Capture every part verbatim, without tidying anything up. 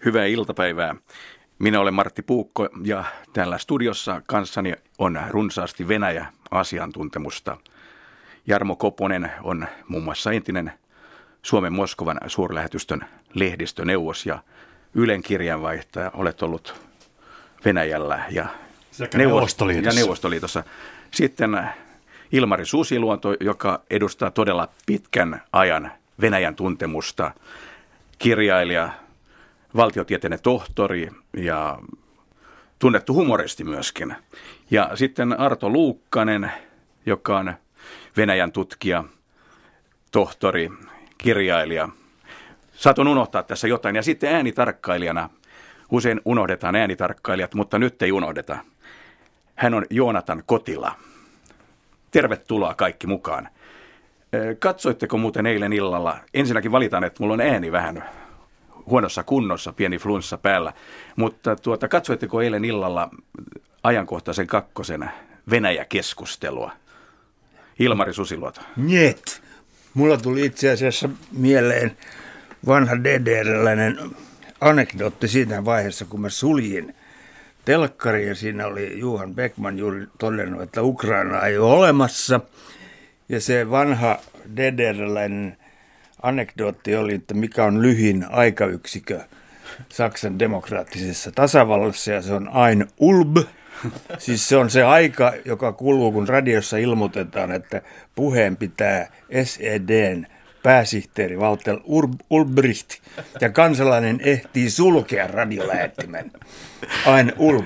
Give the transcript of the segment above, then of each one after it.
Hyvää iltapäivää. Minä olen Martti Puukko ja täällä studiossa kanssani on runsaasti Venäjä-asiantuntemusta. Jarmo Koponen on muun muassa entinen Suomen Moskovan suurlähetystön lehdistöneuvos ja Ylen kirjanvaihtaja. Olet ollut Venäjällä ja, Neuvostoliitossa. ja Neuvostoliitossa. Sitten Ilmari Susiluonto, joka edustaa todella pitkän ajan Venäjän tuntemusta, kirjailija, valtiotieteiden tohtori ja tunnettu humoristi myöskin. Ja sitten Arto Luukkanen, joka on Venäjän tutkija, tohtori, kirjailija. Saatun unohtaa tässä jotain. Ja sitten äänitarkkailijana, usein unohdetaan äänitarkkailijat, mutta nyt ei unohdeta. Hän on Joonatan Kotila. Tervetuloa kaikki mukaan. Katsoitteko muuten eilen illalla? Ensinnäkin valitaan, että mulla on ääni vähän huonossa kunnossa, pieni flunssa päällä. Mutta tuota, katsoitteko eilen illalla ajankohtaisen kakkosen Venäjä-keskustelua? Ilmari Susiluoto. Njet. Mulla tuli itse asiassa mieleen vanha D D R-läinen anekdootti siinä vaiheessa, kun mä suljin telkkari ja siinä oli Johan Beckman juuri todennut, että Ukraina ei ole olemassa. Ja se vanha D D R-läinen anekdootti oli, että mikä on lyhin aikayksikkö Saksan demokraattisessa tasavallassa, ja se on ein Ulb. Siis se on se aika, joka kuluu, kun radiossa ilmoitetaan, että puheen pitää S E D:n pääsihteeri Walter Ulbricht, ja kansalainen ehtii sulkea radiolähettimen. Ein Ulb.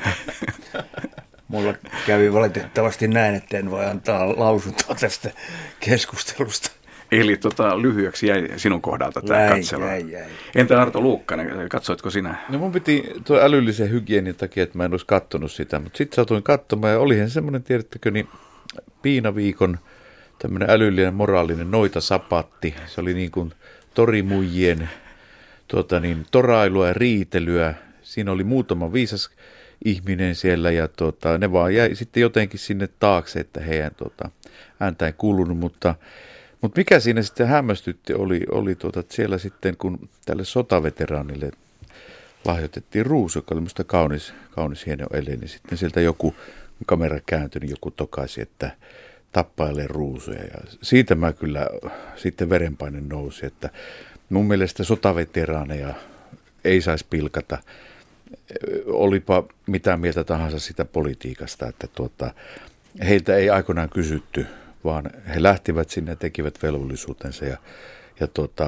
Mulla kävi valitettavasti näin, että en voi antaa lausuntoa tästä keskustelusta. Eli tota, lyhyeksi jäi sinun kohdalta tämä katselu. Jäi, jäi. Entä Arto Luukkanen, katsoitko sinä? No mun piti tuo älyllisen hygienin takia, että mä en olisi kattonut sitä, mutta sitten satuin katsomaan ja olihan semmoinen, tiedättekö, niin Piinaviikon tämmöinen älyllinen, moraalinen noitasapatti. Se oli niin kuin torimuijien tuota niin, torailua ja riitelyä. Siinä oli muutama viisas ihminen siellä ja tuota, ne vaan jäi sitten jotenkin sinne taakse, että heidän tuota, ääntä ei kuulunut, mutta Mutta mikä siinä sitten hämmästytti oli, oli tuota, että siellä sitten, kun tälle sotaveteraanille lahjoitettiin ruusu, joka oli minusta kaunis, kaunis hieno ele, niin sitten sieltä joku, kamera kääntyi, niin joku tokaisi, että tappaille ruusuja. Ja siitä mä kyllä sitten verenpaine nousi, että mun mielestä sotaveteraaneja ei saisi pilkata. Olipa mitä mieltä tahansa sitä politiikasta, että tuota, heiltä ei aikoinaan kysytty, vaan he lähtivät sinne ja tekivät velvollisuutensa. Ja, ja tuota,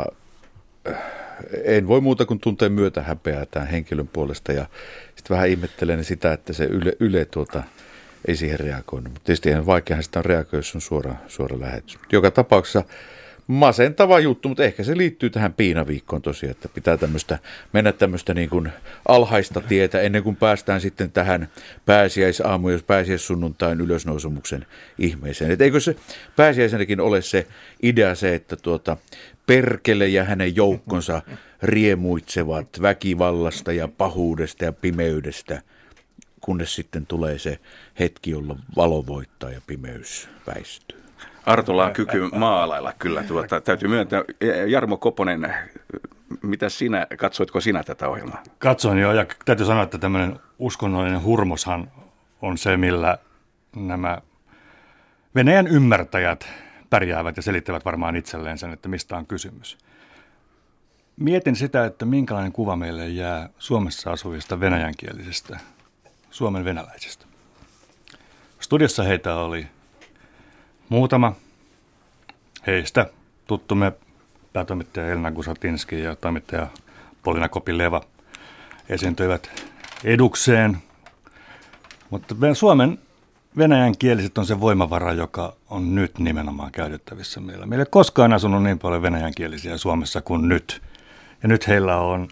en voi muuta kuin tuntea myötä häpeää tämän henkilön puolesta. Ja sitten vähän ihmettelen sitä, että se Yle, yle tuota, ei siihen reagoinut. Mutta tietysti ihan vaikeahan sitä on reagoida, jos on suora, suora lähetys. Joka tapauksessa masentava juttu, mutta ehkä se liittyy tähän Piinaviikkoon tosiaan, että pitää tämmöistä, mennä tämmöistä niin kuin alhaista tietä ennen kuin päästään sitten tähän pääsiäisaamu, jos pääsiäissunnuntain ylösnousumuksen ihmeeseen. Et eikö se pääsiäisenäkin ole se idea se, että tuota, perkele ja hänen joukkonsa riemuitsevat väkivallasta ja pahuudesta ja pimeydestä, kunnes sitten tulee se hetki, jolloin valo voittaa ja pimeys väistyy. Artolla on kyky maalailla kyllä. Tuota, täytyy myöntää. Jarmo Koponen, mitä sinä, katsoitko sinä tätä ohjelmaa? Katsoin jo, ja täytyy sanoa, että tämmöinen uskonnollinen hurmoshan on se, millä nämä Venäjän ymmärtäjät pärjäävät ja selittävät varmaan itselleen sen, että mistä on kysymys. Mietin sitä, että minkälainen kuva meille jää Suomessa asuvista venäjänkielisistä, Suomen venäläisistä. Studiossa heitä oli muutama. Heistä tuttumme päätoimittaja Elina Gusatinski ja toimittaja Polina Kopileva esiintyivät edukseen. Mutta Suomen venäjänkieliset on se voimavara, joka on nyt nimenomaan käytettävissä meillä. Meillä ei koskaan asunut niin paljon venäjänkielisiä Suomessa kuin nyt. Ja nyt heillä on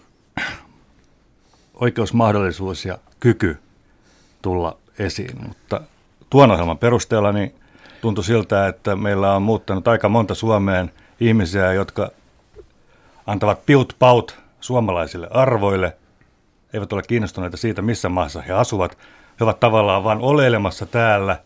oikeusmahdollisuus ja kyky tulla esiin. Mutta tuon ohjelman perusteella niin tuntui siltä, että meillä on muuttanut aika monta Suomeen ihmisiä, jotka antavat piut-paut suomalaisille arvoille, eivät ole kiinnostuneita siitä, missä maassa he asuvat. He ovat tavallaan vain oleilemassa täällä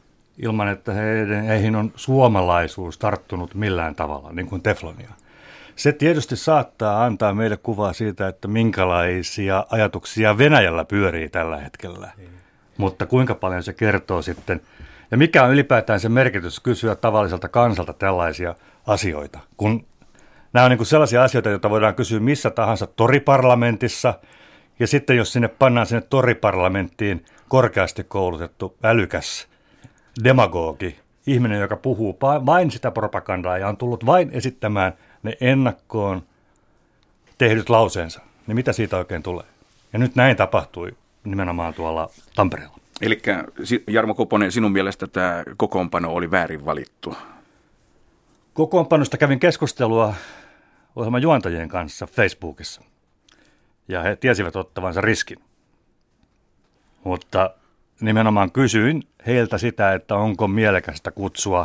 ilman, että heihin on suomalaisuus tarttunut millään tavalla, niin kuin teflonia. Se tietysti saattaa antaa meille kuvaa siitä, että minkälaisia ajatuksia Venäjällä pyörii tällä hetkellä. Mm. Mutta kuinka paljon se kertoo sitten, ja mikä on ylipäätään se merkitys kysyä tavalliselta kansalta tällaisia asioita, kun nämä on niin kuin sellaisia asioita, joita voidaan kysyä missä tahansa toriparlamentissa, ja sitten jos sinne pannaan sinne toriparlamenttiin korkeasti koulutettu, älykäs demagogi, ihminen, joka puhuu vain sitä propagandaa ja on tullut vain esittämään ne ennakkoon tehdyt lauseensa, niin mitä siitä oikein tulee? Ja nyt näin tapahtui nimenomaan tuolla Tampereella. Eli Jarmo Koponen, sinun mielestä tämä kokoonpano oli väärin valittu? Kokoonpanosta kävin keskustelua ohjelman juontajien kanssa Facebookissa, ja he tiesivät ottavansa riskin. Mutta nimenomaan kysyin heiltä sitä, että onko mielekästä kutsua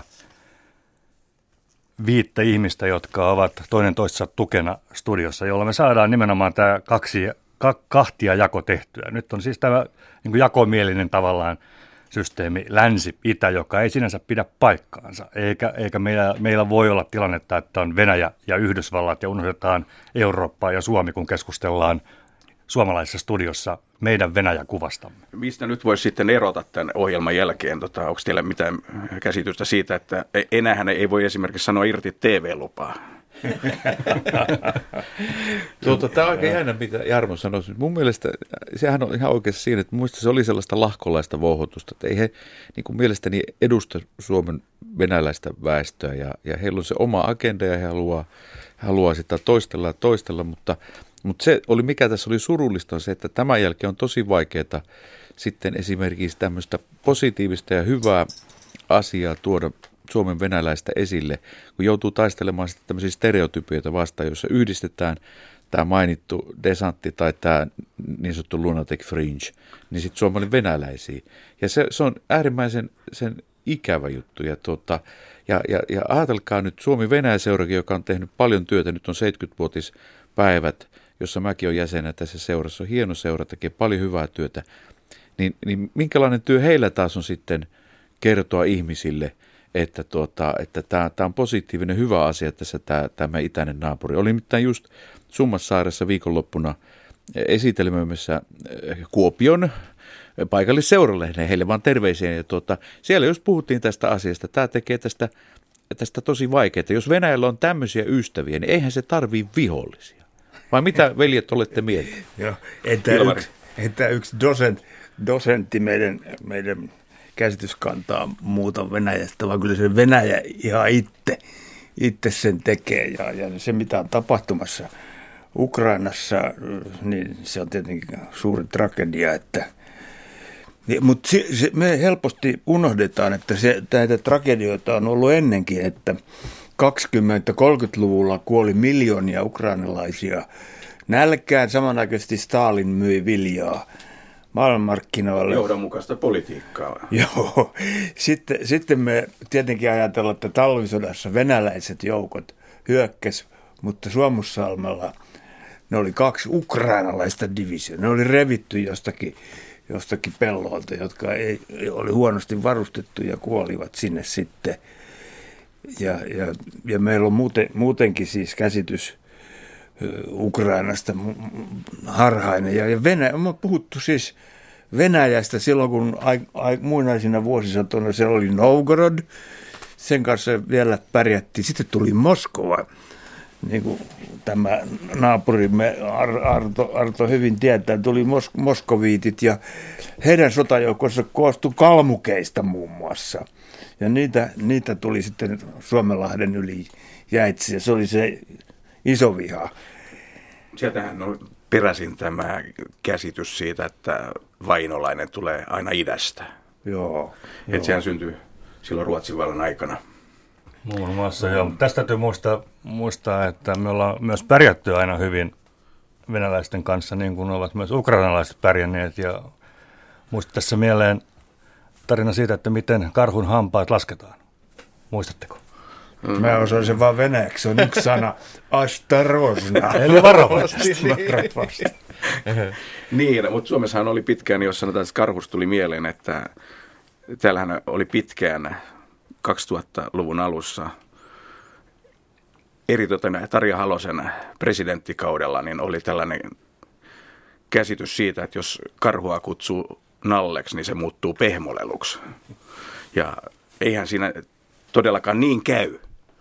viittä ihmistä, jotka ovat toinen toistensa tukena studiossa, jolla me saadaan nimenomaan tämä kaksi, ka, kahtia jako tehtyä. Nyt on siis tämä niin kuin jakomielinen tavallaan systeemi länsi-itä, joka ei sinänsä pidä paikkaansa, eikä, eikä meillä, meillä voi olla tilannetta, että on Venäjä ja Yhdysvallat ja unohdetaan Eurooppa ja Suomi, kun keskustellaan suomalaisessa studiossa meidän Venäjä-kuvastamme. Mistä nyt voisi sitten erota tämän ohjelman jälkeen? Tota, onko teillä mitään käsitystä siitä, että enäähän ei voi esimerkiksi sanoa irti T V-lupaa? tuota, tämä on aika jännä, mitä Jarmo sanoi. Mun mielestä sehän on ihan oikeassa siinä, että mun mielestä se oli sellaista lahkolaista vouhotusta, että ei he niin kuin mielestäni edusta Suomen venäläistä väestöä ja, ja heillä on se oma agenda ja he haluaa, haluaa sitä toistella ja toistella, mutta Mutta se oli, mikä tässä oli surullista, on se, että tämän jälkeen on tosi vaikeaa sitten esimerkiksi tämmöistä positiivista ja hyvää asiaa tuoda Suomen venäläistä esille, kun joutuu taistelemaan sitten tämmöisiä stereotypioita vastaan, joissa yhdistetään tämä mainittu desantti tai tämä niin sanottu lunatic fringe, niin sitten suomalainen venäläisiä. Ja se, se on äärimmäisen sen ikävä juttu. Ja, tuota, ja, ja, ja ajatelkaa nyt Suomi-Venäjä-seurakin, joka on tehnyt paljon työtä, nyt on seitsemänkymmentävuotispäivät, jossa mäkin olen jäsenä tässä seurassa, on hieno seura, tekee paljon hyvää työtä, niin, niin minkälainen työ heillä taas on sitten kertoa ihmisille, että, tuota, että tämä, tämä on positiivinen, hyvä asia tässä tämä, tämä itäinen naapuri. Oli nimittäin just Summassaaressa viikonloppuna esitelmässä Kuopion paikallisseuralle, heille vaan terveisiä, ja tuota, siellä just puhuttiin tästä asiasta, tämä tekee tästä, tästä tosi vaikeaa. Jos Venäjällä on tämmöisiä ystäviä, niin eihän se tarvii vihollisia. Vai mitä, veljet, olette mieltä? Joo, että yksi, että yksi dosent, dosentti meidän, meidän käsityskantaa muuta Venäjästä, vaan kyllä se Venäjä ihan itse, itse sen tekee. Ja, ja se, mitä on tapahtumassa Ukrainassa, niin se on tietenkin suuri tragedia. Että, niin, mutta se, se, me helposti unohdetaan, että se, näitä tragedioita on ollut ennenkin, että kaksikymmentä-kolmekymmentäluvulla kuoli miljoonia ukrainalaisia nälkään. Samanaikaisesti Stalin myi viljaa maailmanmarkkinoille. Johdonmukaista politiikkaa. Joo. Sitten, sitten me tietenkin ajatellaan, että talvisodassa venäläiset joukot hyökkäs, mutta Suomussalmella ne oli kaksi ukrainalaista divisioa. Ne oli revitty jostakin, jostakin pellolta, jotka ei, oli huonosti varustettu ja kuolivat sinne sitten. Ja, ja, ja meillä on muuten, muutenkin siis käsitys Ukrainasta harhainen. Ja, ja Venäjä, on puhuttu siis Venäjästä silloin, kun ai, ai, muinaisina vuosisatoina se oli Novgorod. Sen kanssa vielä pärjättiin. Sitten tuli Moskova, niin kuin tämä naapurimme Arto, Arto hyvin tietää. Tuli mos, moskoviitit ja heidän sotajoukkonsa koostui kalmukeista muun muassa. Ja niitä, niitä tuli sitten Suomenlahden yli jäitsi, ja se oli se iso viha. Sieltähän on peräisin tämä käsitys siitä, että vainolainen tulee aina idästä. Joo. Että joo. Sehän syntyi silloin Ruotsin vallan aikana. Muun muassa, joo. Tästä täytyy muistaa, muistaa, että me ollaan myös pärjätty aina hyvin venäläisten kanssa, niin kuin ovat myös ukrainalaiset pärjänneet. Ja muistat tässä mieleen tarina siitä, että miten karhun hampaat lasketaan. Muistatteko? Mm. Mä osaan sen vaan venäjäksi. Se on yksi sana. Astarosna. Eli varovasti. Niin, mutta Suomessahan oli pitkään, jos sanotaan, että karhusta tuli mieleen, että täällähän oli pitkään kaksituhattaluvun alussa eritoten Tarja Halosen presidenttikaudella niin oli tällainen käsitys siitä, että jos karhua kutsuu nalleksi, niin se muuttuu pehmoleluksi. Ja eihän siinä todellakaan niin käy,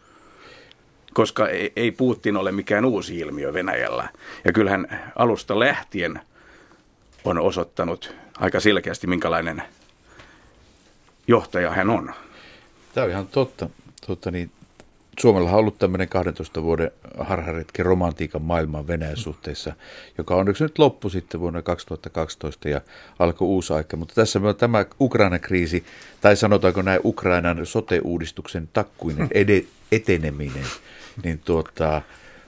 koska ei Putin ole mikään uusi ilmiö Venäjällä. Ja kyllähän alusta lähtien on osoittanut aika selkeästi, minkälainen johtaja hän on. Tämä on ihan totta. totta niin, Suomella on ollut tämmöinen kahdentoista vuoden harharetki romantiikan maailman Venäjän suhteessa, joka onneksi nyt loppui sitten vuonna kaksituhattakaksitoista ja alkoi uusi aika. Mutta tässä on tämä Ukraina-kriisi, tai sanotaanko näin Ukrainan sote-uudistuksen takkuinen ed- eteneminen, niin tuota,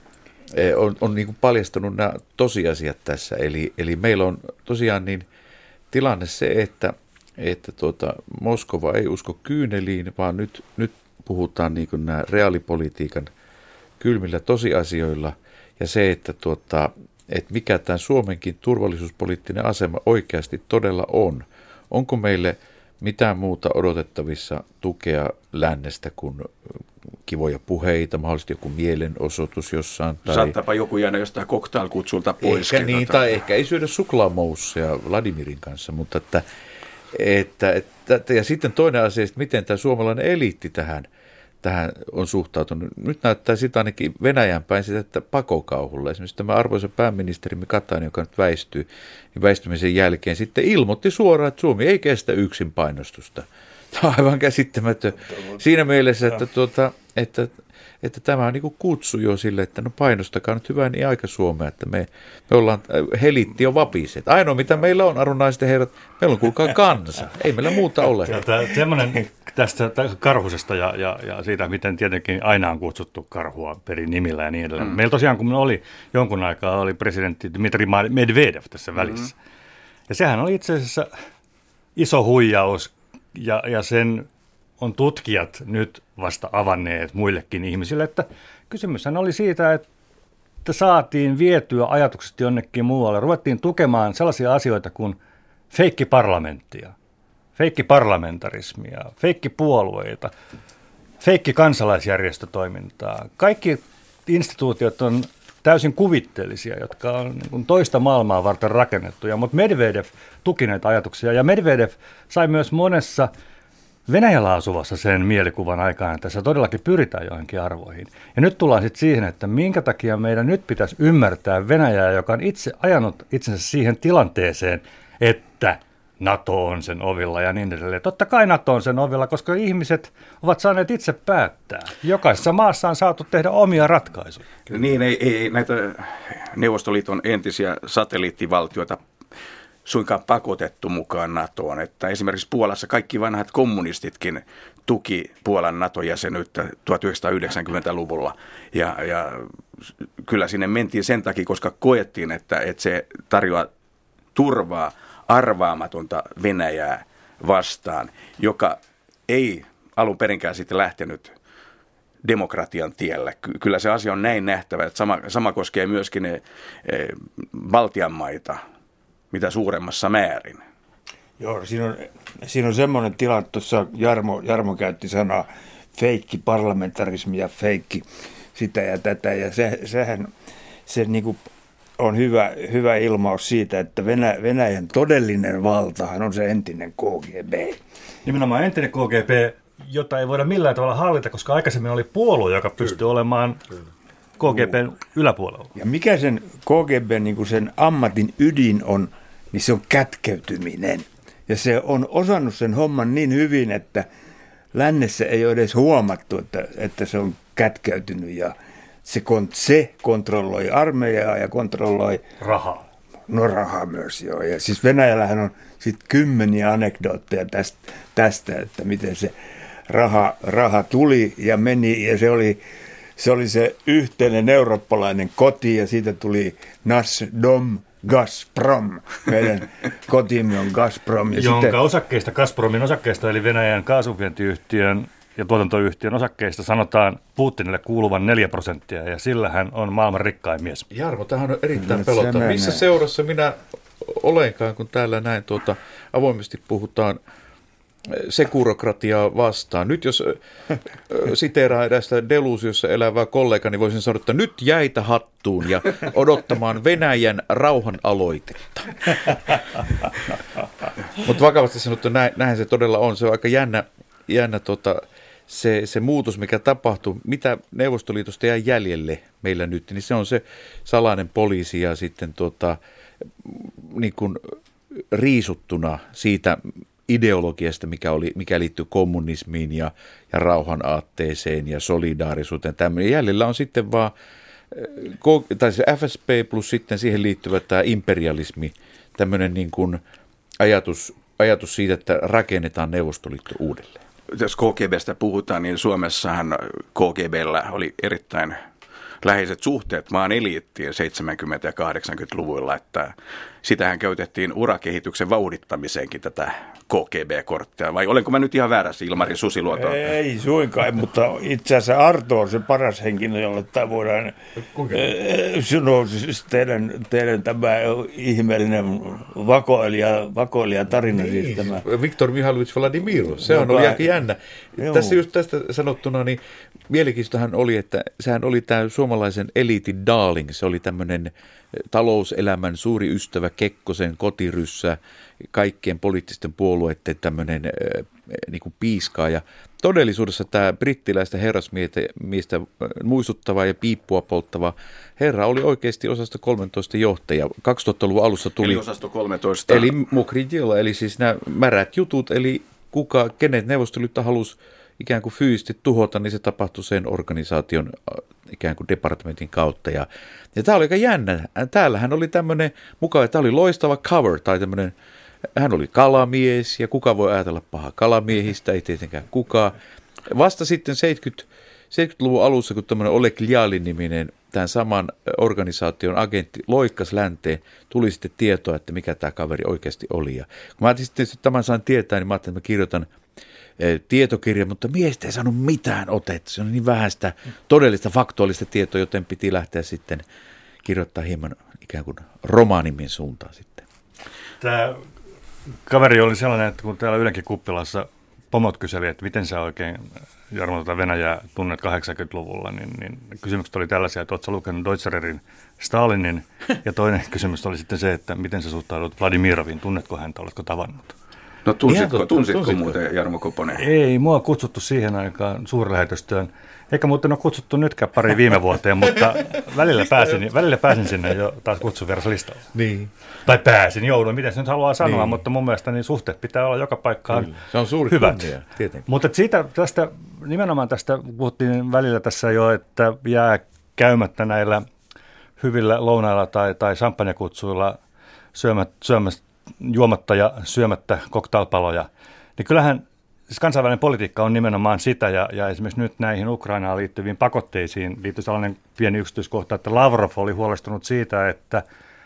on, on niin kuin paljastanut nämä tosiasiat tässä. Eli, eli meillä on tosiaan niin tilanne se, että, että tuota, Moskova ei usko kyyneliin, vaan nyt, nyt puhutaan niin kuin nämä reaalipolitiikan kylmillä tosiasioilla ja se, että, tuota, että mikä tämä Suomenkin turvallisuuspoliittinen asema oikeasti todella on. Onko meille mitään muuta odotettavissa tukea lännestä kuin kivoja puheita, mahdollisesti joku mielenosoitus jossain. Tai saattaapa joku jäädä jostain cocktailkutsulta pois. Ehkä niin, tai ehkä ei syödä suklaamousseja Vladimirin kanssa, mutta että, että, että ja sitten toinen asia, että miten tämä suomalainen eliitti tähän, tähän on suhtautunut. Nyt näyttää sitä ainakin Venäjän päin sitä, että pakokauhulla. Esimerkiksi tämä arvoisa pääministerimme Katainen, joka nyt väistyy, niin väistymisen jälkeen sitten ilmoitti suoraan, että Suomi ei kestä yksin painostusta. Tämä on aivan käsittämätön. Siinä mielessä, että, tuota, että, että tämä on niin kuin kutsu jo sille, että no painostakaa nyt hyvää niin aika Suomea, että me, me ollaan, helitti jo vapiset. Ainoa mitä meillä on, arvonaiset ja herrat, meillä on kuulkaa kansa. Ei meillä muuta ole. Semmoinen tästä karhusesta ja, ja, ja siitä, miten tietenkin aina on kutsuttu karhua perin nimillä ja niin edelleen. Mm. Meillä tosiaan, kun oli jonkun aikaa, oli presidentti Dmitri Medvedev tässä välissä. Mm. Ja sehän oli itse asiassa iso huijaus. Ja, ja sen on tutkijat nyt vasta avanneet muillekin ihmisille, että kysymyshän oli siitä, että saatiin vietyä ajatukset jonnekin muualle. Ruvettiin tukemaan sellaisia asioita kuin feikkiparlamenttia, feikkiparlamentarismia, feikkipuolueita, feikkikansalaisjärjestötoimintaa. Kaikki instituutiot on täysin kuvitteellisia, jotka on niin kuin toista maailmaa varten rakennettuja, mutta Medvedev tuki näitä ajatuksia, ja Medvedev sai myös monessa Venäjällä asuvassa sen mielikuvan aikaan, että tässä todellakin pyritään johonkin arvoihin. Ja nyt tullaan sitten siihen, että minkä takia meidän nyt pitäisi ymmärtää Venäjää, joka on itse ajanut itsensä siihen tilanteeseen, että NATO on sen ovilla ja niin edelleen. Totta kai NATO on sen ovilla, koska ihmiset ovat saaneet itse päättää. Jokaisessa maassa on saatu tehdä omia ratkaisuja. Niin, ei, ei näitä Neuvostoliiton entisiä satelliittivaltioita suinkaan pakotettu mukaan NATOon. Että esimerkiksi Puolassa kaikki vanhat kommunistitkin tuki Puolan NATO-jäsenyyttä tuhatyhdeksänsataayhdeksänkymmentäluvulla. Ja, ja kyllä sinne mentiin sen takia, koska koettiin, että, että se tarjoaa turvaa arvaamatonta Venäjää vastaan, joka ei alun perinkään sitten lähtenyt demokratian tielle. Kyllä se asia on näin nähtävä, että sama, sama koskee myöskin ne, e, Baltian maita, mitä suuremmassa määrin. Joo, siinä on, siinä on semmoinen tilanne, tuossa Jarmo, Jarmo käytti sanaa feikki parlamentarismi ja feikki sitä ja tätä, ja se, sehän se niinku on hyvä, hyvä ilmaus siitä, että Venä, Venäjän todellinen valtahan on se entinen K G B. Nimenomaan entinen K G B, jota ei voida millään tavalla hallita, koska aikaisemmin oli puolue, joka pystyi Kyllä. olemaan K G B:n yläpuolella. Ja mikä sen K G B:n niin sen ammatin ydin on, niin se on kätkeytyminen. Ja se on osannut sen homman niin hyvin, että lännessä ei ole edes huomattu, että, että se on kätkeytynyt ja Se, se kontrolloi armeijaa ja kontrolloi rahaa. No rahaa myös, joo. Ja siis Venäjällähän on sitten kymmeniä anekdootteja tästä, tästä, että miten se raha, raha tuli ja meni. Ja se oli, se oli se yhteinen eurooppalainen koti ja siitä tuli Nasdom Gazprom. Meidän kotimme on Gazprom. Ja jonka sitten osakkeista, Gazpromin osakkeista, eli Venäjän kaasuvientiyhtiön ja tuotantoyhtiön osakkeista sanotaan Putinille kuuluvan neljä prosenttia, ja sillä hän on maailman rikkain mies. Jarmo, tämähän on erittäin pelottava. Missä seurassa minä olenkaan, kun täällä näin tuota, avoimesti puhutaan sekurokratiaa vastaan. Nyt jos siteeraa erästä deluusiossa elävää kollega, niin voisin sanoa, että nyt jäitä hattuun ja odottamaan Venäjän rauhan aloitetta. Mutta vakavasti sanottu, näin, näin se todella on. Se on aika jännä, jännä tota, se, se muutos, mikä tapahtuu. Mitä Neuvostoliitosta jää jäljelle meillä nyt, niin se on se salainen poliisi ja sitten tota, niin kuin riisuttuna siitä ideologiasta, mikä, oli, mikä liittyy kommunismiin ja, ja rauhan aatteeseen ja solidaarisuuteen. Tämmöinen. Jäljellä on sitten vaan tai se F S P plus sitten siihen liittyvä tämä imperialismi, tämmöinen niin kuin ajatus, ajatus siitä, että rakennetaan Neuvostoliitto uudelleen. Jos K G B:stä puhutaan, niin Suomessahan K G B:llä oli erittäin läheiset suhteet maan eliittiin seitsemänkymmentä- ja kahdeksankymmentäluvuilla, että sitähän käytettiin urakehityksen vauhdittamiseenkin tätä K G B-korttia. Vai olenko mä nyt ihan väärässä, Ilmari Susiluoto? Ei suinkaan, mutta itse asiassa Arto on se paras henkilö, jolle tämä voidaan sanoa, siis teidän, teidän tämä ihmeellinen vakoilija, vakoilija tarina. Niin. Siis tämä. Viktor Mihailowicz Vladimirov, se on ollut aika jännä. Joo. Tässä just tästä sanottuna, niin mielenkiintoinen oli, että sehän oli tämä suomalaisen eliitin darling, se oli tämmöinen talouselämän suuri ystävä Kekkosen kotiryssä, kaikkien poliittisten puolueiden tämmöinen äh, niin kuin piiskaaja. Todellisuudessa tämä brittiläistä herrasmiestä muistuttava ja piippua polttava herra oli oikeasti osasto kolmetoista johtaja. kaksituhattaluvun alussa tuli... Eli osasto kolmetoista. Eli Mukridilla, eli siis nämä märät jutut, eli kuka, kenet Neuvostoliitto halusi ikään kuin fyysisesti tuhota, niin se tapahtui sen organisaation ikään kuin departamentin kautta. Ja, ja tämä oli aika jännä. Täällähän oli tämmöinen mukava, tämä oli loistava cover, tai tämmöinen, hän oli kalamies, ja kuka voi ajatella paha kalamiehistä, ei tietenkään kukaan. Vasta sitten seitsemänkymmentäluvun alussa, kun tämmöinen Oleg Ljalin-niminen, tämän saman organisaation agentti loikkas länteen, tuli sitten tietoa, että mikä tämä kaveri oikeasti oli. Ja kun mä sitten tämän sain tietää, niin mä ajattelin, että mä kirjoitan tietokirja, mutta miestä ei saanut mitään otetta. Se on niin vähän sitä todellista faktuaalista tietoa, joten piti lähteä sitten kirjoittaa hieman ikään kuin romaanimin suuntaan sitten. Tämä kaveri oli sellainen, että kun täällä Ylenkin kuppilassa pomot kyseli, että miten sä oikein Jarmo tuota Venäjää tunnet kahdeksankymmentäluvulla, niin, niin kysymykset oli tällaisia, että ootko sä lukenut Deutschererin Stalinin, ja toinen kysymys oli sitten se, että miten sä suhtaudut Vladimiroviin, tunnetko häntä, oletko tavannut? No tunsitko, tunsitko, tunsitko muuten Jarmo Koponen? Ei, mua on kutsuttu siihen aikaan suurlähetystöön. Eikä muuten ole kutsuttu nytkään pari viime vuoteen, mutta välillä pääsin, välillä pääsin sinne jo taas kutsuvieraslistalla. Niin. Tai pääsin, joudun, miten se nyt haluaa sanoa, niin. Mutta mun mielestä niin suhteet pitää olla joka paikkaan Kyllä. Se on suuri hyvät. kunnia, tietenkin. Mutta siitä, tästä, nimenomaan tästä puhuttiin välillä tässä jo, että jää käymättä näillä hyvillä lounailla tai, tai champagnekutsuilla syömät, syömästä, juomatta ja syömättä cocktailpaloja, niin kyllähän siis kansainvälinen politiikka on nimenomaan sitä, ja, ja esimerkiksi nyt näihin Ukrainaan liittyviin pakotteisiin liittyy sellainen pieni yksityiskohta, että Lavrov oli huolestunut siitä, että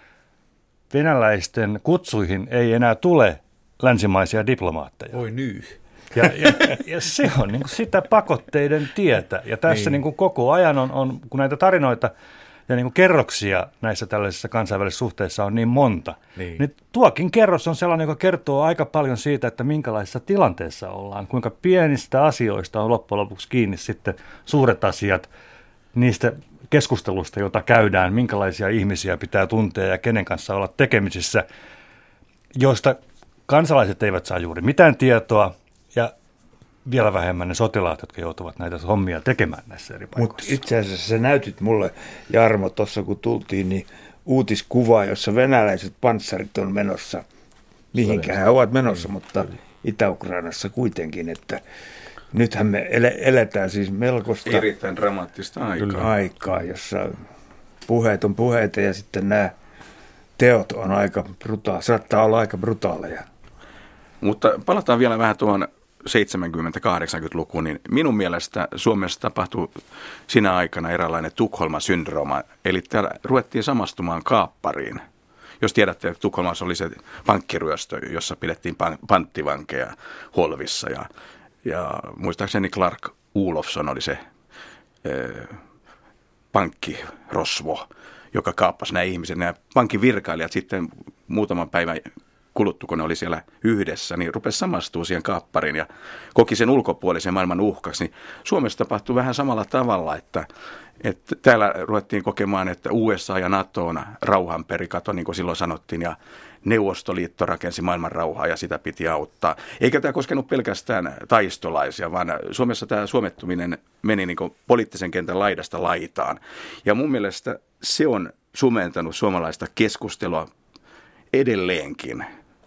venäläisten kutsuihin ei enää tule länsimaisia diplomaatteja. Oi nyy. Ja, ja, ja se on niin kuin sitä pakotteiden tietä, ja tässä niin. Niin kuin koko ajan on, on, kun näitä tarinoita ja niin kuin kerroksia näissä tällaisissa kansainvälisissä suhteissa on niin monta, niin. niin tuokin kerros on sellainen, joka kertoo aika paljon siitä, että minkälaisessa tilanteessa ollaan, kuinka pienistä asioista on loppujen lopuksi kiinni sitten suuret asiat niistä keskustelusta, jota käydään, minkälaisia ihmisiä pitää tuntea ja kenen kanssa olla tekemisissä, joista kansalaiset eivät saa juuri mitään tietoa ja vielä vähemmän ne sotilaat, jotka joutuvat näitä hommia tekemään näissä eri paikoissa. Mutta itse asiassa sä näytit mulle, Jarmo, tuossa kun tultiin, niin uutiskuvaa, jossa venäläiset panssarit on menossa. Mihinkään he ovat menossa, mutta Itä-Ukrainassa kuitenkin, että nythän me ele- eletään siis melkoista erittäin dramaattista aikaa. aikaa, jossa puheet on puheita ja sitten nämä teot on aika brutaaleja, saattaa olla aika brutaaleja. Mutta palataan vielä vähän tuohon seitsemänkymmentä-kahdeksankymmentälukuun, niin minun mielestä Suomessa tapahtui siinä aikana eräänlainen Tukholma-syndrooma, eli täällä ruvettiin samastumaan kaappariin. Jos tiedätte, että Tukholmassa oli se pankkiryöstö, jossa pidettiin panttivankeja Holvissa, ja, ja muistaakseni Clark Olofsson oli se e, pankkirosvo, joka kaappasi nämä ihmiset. Nämä pankin virkailijat sitten muutaman päivän kuluttu, kun ne oli siellä yhdessä, niin rupesi samastua siihen kaappariin ja koki sen ulkopuolisen maailman uhkaksi. Niin Suomessa tapahtui vähän samalla tavalla, että, että täällä ruvettiin kokemaan, että U S A ja NATO on rauhanperikato, niin kuin silloin sanottiin, ja Neuvostoliitto rakensi maailman rauhaa ja sitä piti auttaa. Eikä tämä koskenut pelkästään taistolaisia, vaan Suomessa tämä suomettuminen meni niin kuin poliittisen kentän laidasta laitaan. Ja mun mielestä se on sumentanut suomalaista keskustelua edelleenkin.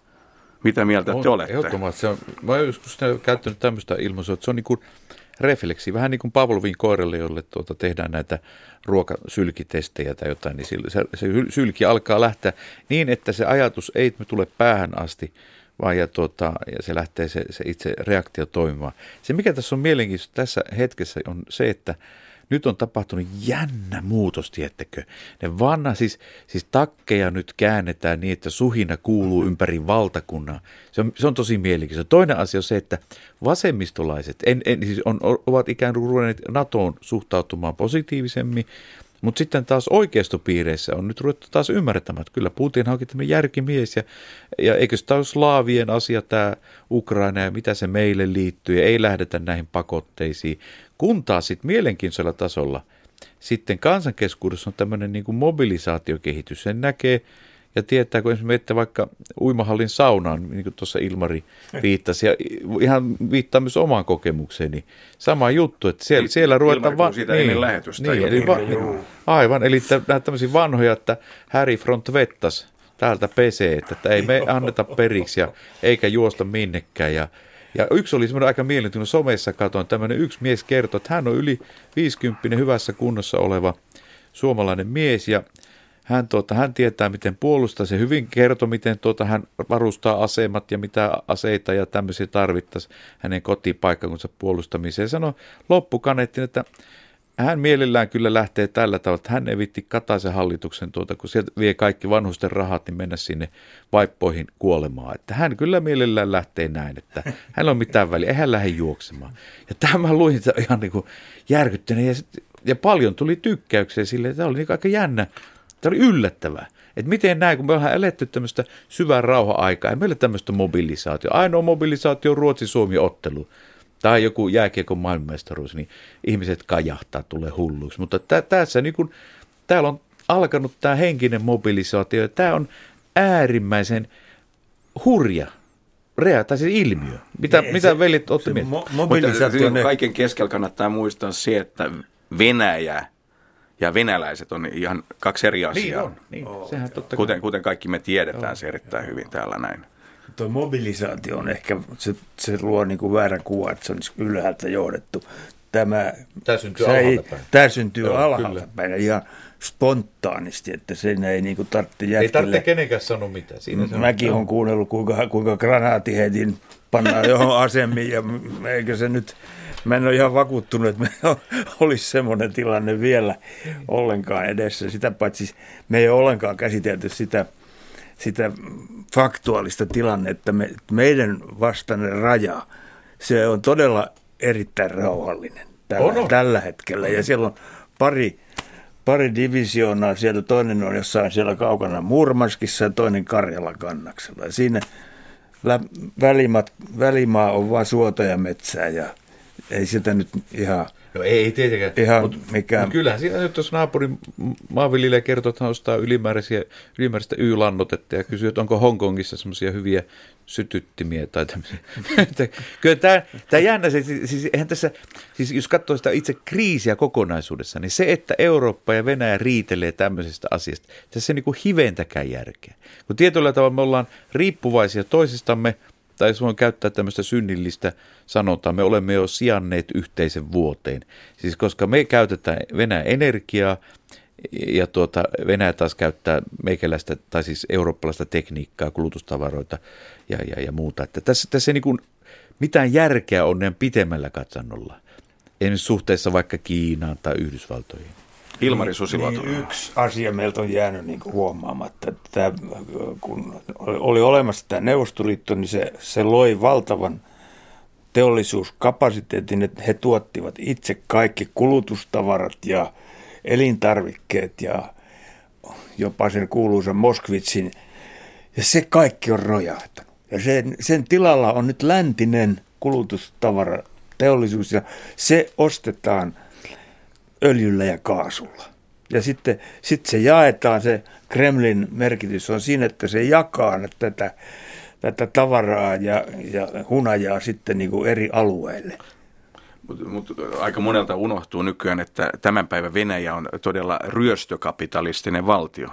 Mitä mieltä te olette? Ehdottomasti. Se on, mä olen joskus käyttänyt tämmöistä ilmaisua, että se on niin kuin refleksi, vähän niin kuin Pavlovin koiralle, jolle tuota tehdään näitä ruokasylkitestejä tai jotain, niin se, se sylki alkaa lähteä niin, että se ajatus ei tule päähän asti, vaan ja, tuota, ja se lähtee se, se itse reaktio toimimaan. Se, mikä tässä on mielenkiintoista tässä hetkessä, on se, että nyt on tapahtunut jännä muutos, tiettäkö? Ne vanha, siis, siis takkeja nyt käännetään niin, että suhina kuuluu ympäri valtakunnan. Se on, se on tosi mielenkiintoista. Toinen asia on se, että vasemmistolaiset en, en, siis on, ovat ikään kuin ruvenneet NATOon suhtautumaan positiivisemmin, mutta sitten taas oikeistopiireissä on nyt ruvettu taas ymmärtämään, että kyllä Putin onkin tämmöinen järkimies ja, ja eikö tämä ole slaavien asia tämä Ukraina ja mitä se meille liittyy ja ei lähdetä näihin pakotteisiin. Kun taas sitten mielenkiintoisella tasolla sitten kansankeskuudessa on tämmöinen niin kuin mobilisaatiokehitys. Sen näkee ja tietää, kun esimerkiksi menette vaikka uimahallin saunaan, niin kuin tuossa Ilmari viittasi, ja ihan viittaa myös omaan kokemukseeni. Sama juttu, että siellä, siellä ruvetaan... Ilmari siitä niin, ennen lähetystä. Niin, eli va- aivan, eli näitä tämmöisiä vanhoja, että Harry Front Vettas täältä pesee, että ei me anneta periksi ja eikä juosta minnekään ja Ja yksi oli semmoinen aika mielenkiintoinen, somessa katoin, tämmöinen yksi mies kertoi, että hän on yli viisikymppinen hyvässä kunnossa oleva suomalainen mies ja hän, tuota, hän tietää, miten puolustaa. Se hyvin kertoi, miten tuota, hän varustaa asemat ja mitä aseita ja tämmöisiä tarvittaisiin hänen kotipaikkakunsa puolustamiseen. Sanoi loppukaneettiin, että hän mielellään kyllä lähtee tällä tavalla, että hän ei viitti Kataisen hallituksen, tuota, kun sieltä vie kaikki vanhusten rahat, niin mennä sinne vaippoihin kuolemaan. Että hän kyllä mielellään lähtee näin, että hän on mitään väliä, ei hän lähde juoksemaan. Ja tämä mä luin sitä ihan niin kuin järkyttäneen ja, ja paljon tuli tykkäyksiä sille, että tämä oli niin aika jännä, tämä oli yllättävää. Että miten näin, kun me ollaan eletty tämmöistä syvää rauha-aikaa, ei meillä tämmöistä mobilisaatio. Ainoa mobilisaatio on Ruotsi-Suomi-ottelu. Tai joku jääkiekon maailmanmestaruus, niin ihmiset kajahtaa, tulee hulluiksi. Mutta tä, tässä niin kun, täällä on alkanut tämä henkinen mobilisaatio, ja tämä on äärimmäisen hurja, rea, tai siis ilmiö. Mitä, ne, mitä se, veljet olette se mieltä? Mo- mobilisaatio ne... Kaiken keskellä kannattaa muistaa se, että Venäjä ja venäläiset on ihan kaksi eri asiaa. Niin on, niin. Oh, Sehän totta kuten, kuten kaikki me tiedetään, oh, se erittäin hyvin täällä näin. Tuo mobilisaatio on ehkä, se, se luo niin kuin väärän kuvan, että se on ylhäältä johdettu. Tämä, tämä syntyy alhaalta päin. Tämä syntyy alhaalta päin ihan spontaanisti, että sen ei niin kuin tarvitse jätkelle. Ei tarvitse kenenkään sanoa mitään. Siinä se Mäkin olen kuunnellut, kuinka, kuinka granaatiheitin pannaan johon asemiin ja eikö se nyt... Mä en ole ihan vakuuttunut, että me olisi semmoinen tilanne vielä ollenkaan edessä. Sitä paitsi me ei ole ollenkaan käsitelty sitä, sitä faktuaalista tilannetta. Me, meidän vastainen raja, se on todella erittäin rauhallinen tällä, on, on. tällä hetkellä. Ja siellä on pari, pari divisioonaa. Siellä toinen on jossain siellä kaukana Murmanskissa ja toinen Karjalan kannaksella. Ja siinä välimat, välimaa on vain suota ja metsää ja ei sitä nyt ihan... No ei tietenkään, ihan mutta mikään... mut kyllähän siinä nyt jos naapurin maanviljelijä kertoo, että hän ostaa ylimääräisiä, ylimääräistä Y-lannotetta ja kysyy, että onko Hongkongissa semmoisia hyviä sytyttimiä tai tämmöisiä. Kyllä tämä, tämä jännä, siis, siis, eihän tässä, siis jos katsoo sitä itse kriisiä kokonaisuudessa, niin se, että Eurooppa ja Venäjä riitelee tämmöisestä asiasta, tässä ei niin kuin hiventäkään järkeä. Kun tietyllä tavalla me ollaan riippuvaisia toisistamme, tai jos voin käyttää tämmöistä synnillistä sanontaa, me olemme jo sijanneet yhteisen vuoteen. Siis koska me käytetään Venäjän energiaa ja tuota, Venäjä taas käyttää meikäläistä tai siis eurooppalaista tekniikkaa, kulutustavaroita ja, ja, ja muuta. Että tässä, tässä ei niin kuin mitään järkeä on näin pitemmällä katsannolla. Esimerkiksi suhteessa vaikka Kiinaan tai Yhdysvaltoihin. Ilmari Susiluoto. Niin, yksi asia meiltä on jäänyt niin kuin huomaamatta, että tämä, kun oli olemassa tämä Neuvostoliitto, niin se, se loi valtavan teollisuuskapasiteetin, että he tuottivat itse kaikki kulutustavarat ja elintarvikkeet ja jopa sen kuuluisa Moskvitsin Ja se kaikki on rojahtanut. Ja sen, sen tilalla on nyt läntinen kulutustavara, teollisuus, ja se ostetaan öljyllä ja kaasulla. Ja sitten sit se jaetaan, se Kremlin merkitys on siinä, että se jakaa tätä, tätä tavaraa ja, ja hunajaa sitten niin kuin eri alueille. Mutta mut aika monelta unohtuu nykyään, että tämän päivän Venäjä on todella ryöstökapitalistinen valtio.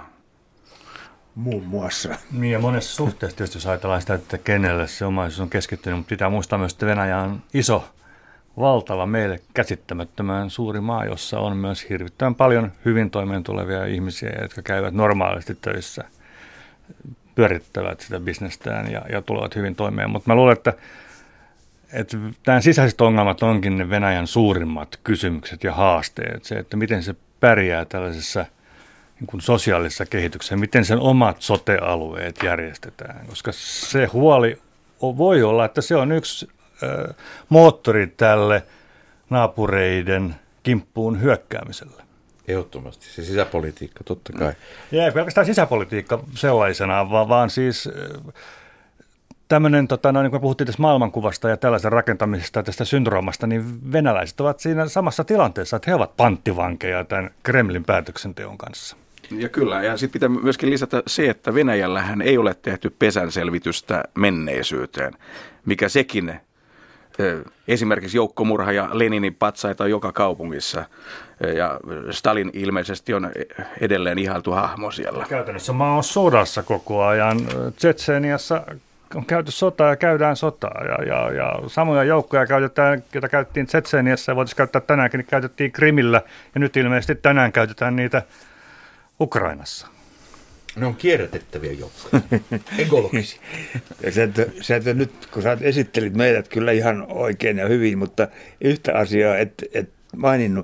Muun muassa. Niin ja monessa suhteessa tietysti, jos ajatellaan sitä, että kenelle se omaisuus on keskittynyt, mutta pitää muistaa myös, että Venäjä on iso, valtava, meille käsittämättömän suuri maa, jossa on myös hirvittävän paljon hyvin toimeen tulevia ihmisiä, jotka käyvät normaalisti töissä, pyörittävät sitä bisnestään ja, ja tulevat hyvin toimeen. Mutta mä luulen, että, että tämän sisäiset ongelmat onkin ne Venäjän suurimmat kysymykset ja haasteet. Se, että miten se pärjää tällaisessa niin kuin sosiaalisessa kehityksessä, miten sen omat sote-alueet järjestetään, koska se huoli voi olla, että se on yksi ö, moottori tälle naapureiden kimppuun hyökkäämiselle. Ehdottomasti, se sisäpolitiikka totta kai. Ja ei pelkästään sisäpolitiikka sellaisenaan, vaan, vaan siis tämmöinen, tota, no, niin kuin me puhuttiin tässä maailmankuvasta ja tällaisen rakentamisesta ja tästä syndroomasta, niin venäläiset ovat siinä samassa tilanteessa, että he ovat panttivankeja tämän Kremlin päätöksenteon kanssa. Ja kyllä, ja sitten pitää myöskin lisätä se, että Venäjällähän ei ole tehty pesänselvitystä menneisyyteen, mikä sekin esimerkiksi joukkomurha ja Leninin patsaita on joka kaupungissa, ja Stalin ilmeisesti on edelleen ihailtu hahmo siellä. Käytännössä maa on sodassa koko ajan. Tsetseeniassa on käyty sotaa ja käydään sotaa, ja, ja, ja samoja joukkoja käytetään, joita käytettiin Tsetseeniassa ja voitaisiin käyttää tänäänkin, niin käytettiin Krimillä, ja nyt ilmeisesti tänään käytetään niitä Ukrainassa. Ne on kierrätettäviä joukkoja, ekologisia. Ja sä, et, sä et, nyt, kun sä esittelit meidät kyllä ihan oikein ja hyvin, mutta yhtä asiaa et, et maininnut.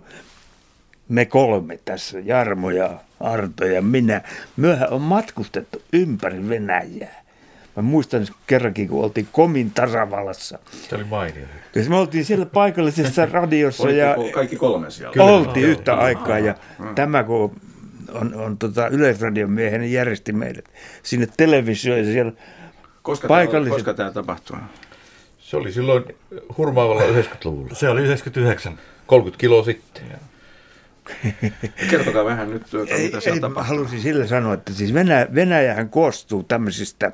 Me kolme tässä, Jarmo ja Arto ja minä, myöhän on matkustettu ympäri Venäjää. Mä muistan kerrankin, kun oltiin Komin tasavallassa. Se oli mainio. Ja me oltiin siellä paikallisessa radiossa. Ja kaikki kolme siellä? Oltiin yhtä aikaa ja tämä kun on, on tota Yleisradion miehen, niin järjesti meidät sinne televisioon ja siellä koska paikalliset. Tämä, koska tämä tapahtui? Se oli silloin hurmaavalla yhdeksänkymmentäluvulla. Se oli yhdeksänkymmentäyhdeksän. kolmekymmentä kiloa sitten. Kertokaa vähän nyt, tuota, ei, mitä siellä tapahtuu. Halusin sillä sanoa, että siis Venäjä, Venäjähän koostuu tämmöisistä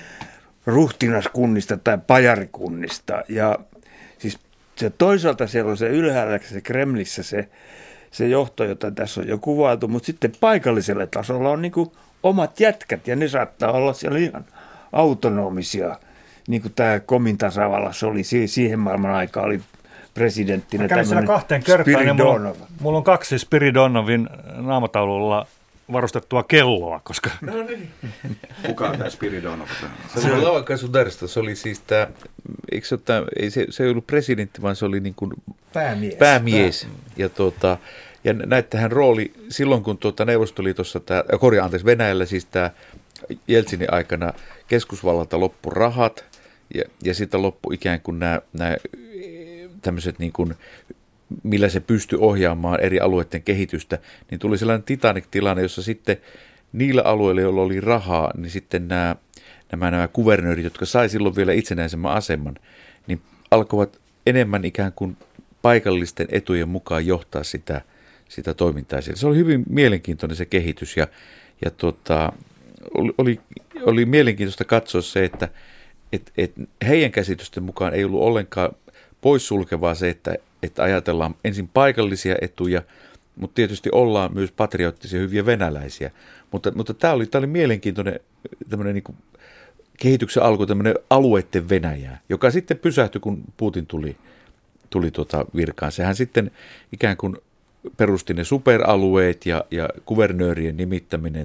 ruhtinaskunnista tai pajarikunnista. Ja siis se toisaalta siellä on se ylhäällä, se Kremlissä se, se johto, jota tässä on jo kuvailtu, mutta sitten paikalliselle tasolla on niin kuin omat jätkät ja ne saattaa olla siellä ihan autonomisia. Niin kuin tämä Komin tasavallassa oli siihen maailman aikaan oli presidenttinä tämmöinen kahteen kertaan ja mulla, on, mulla on kaksi Spiridonovin naamataululla varustettua kelloa, koska... No niin. Kuka on tämä Spiridonov? Se oli Lavakaisudarsta, se oli siis tämä, eikö se, tämä, ei, se, se ei ollut presidentti, vaan se oli niin kuin päämies. päämies. Ja, tuota, ja näittähän rooli silloin, kun tuota Neuvostoliitossa, tämä, korjaa anteeksi, Venäjällä siis tämä Jeltsinin aikana keskusvallalta loppu rahat, ja, ja sitten loppu ikään kuin nämä, nämä tämmöiset niin kuin, millä se pystyi ohjaamaan eri alueiden kehitystä, niin tuli sellainen Titanic-tilanne, jossa sitten niillä alueilla, joilla oli rahaa, niin sitten nämä, nämä, nämä kuvernöörit, jotka sai silloin vielä itsenäisemmän aseman, niin alkoivat enemmän ikään kuin paikallisten etujen mukaan johtaa sitä, sitä toimintaa. Se oli hyvin mielenkiintoinen se kehitys, ja, ja tota, oli, oli, oli mielenkiintoista katsoa se, että et, et heidän käsitysten mukaan ei ollut ollenkaan poissulkevaa se, että, että ajatellaan ensin paikallisia etuja, mutta tietysti ollaan myös patriottisia, hyviä venäläisiä. Mutta, mutta tämä oli, tämä oli mielenkiintoinen tämmöinen niin kuin kehityksen alku, tämmöinen alueiden Venäjää, joka sitten pysähtyi, kun Putin tuli, tuli tuota virkaan. Sehän sitten ikään kuin perusti ne superalueet ja, ja kuvernöörien nimittäminen,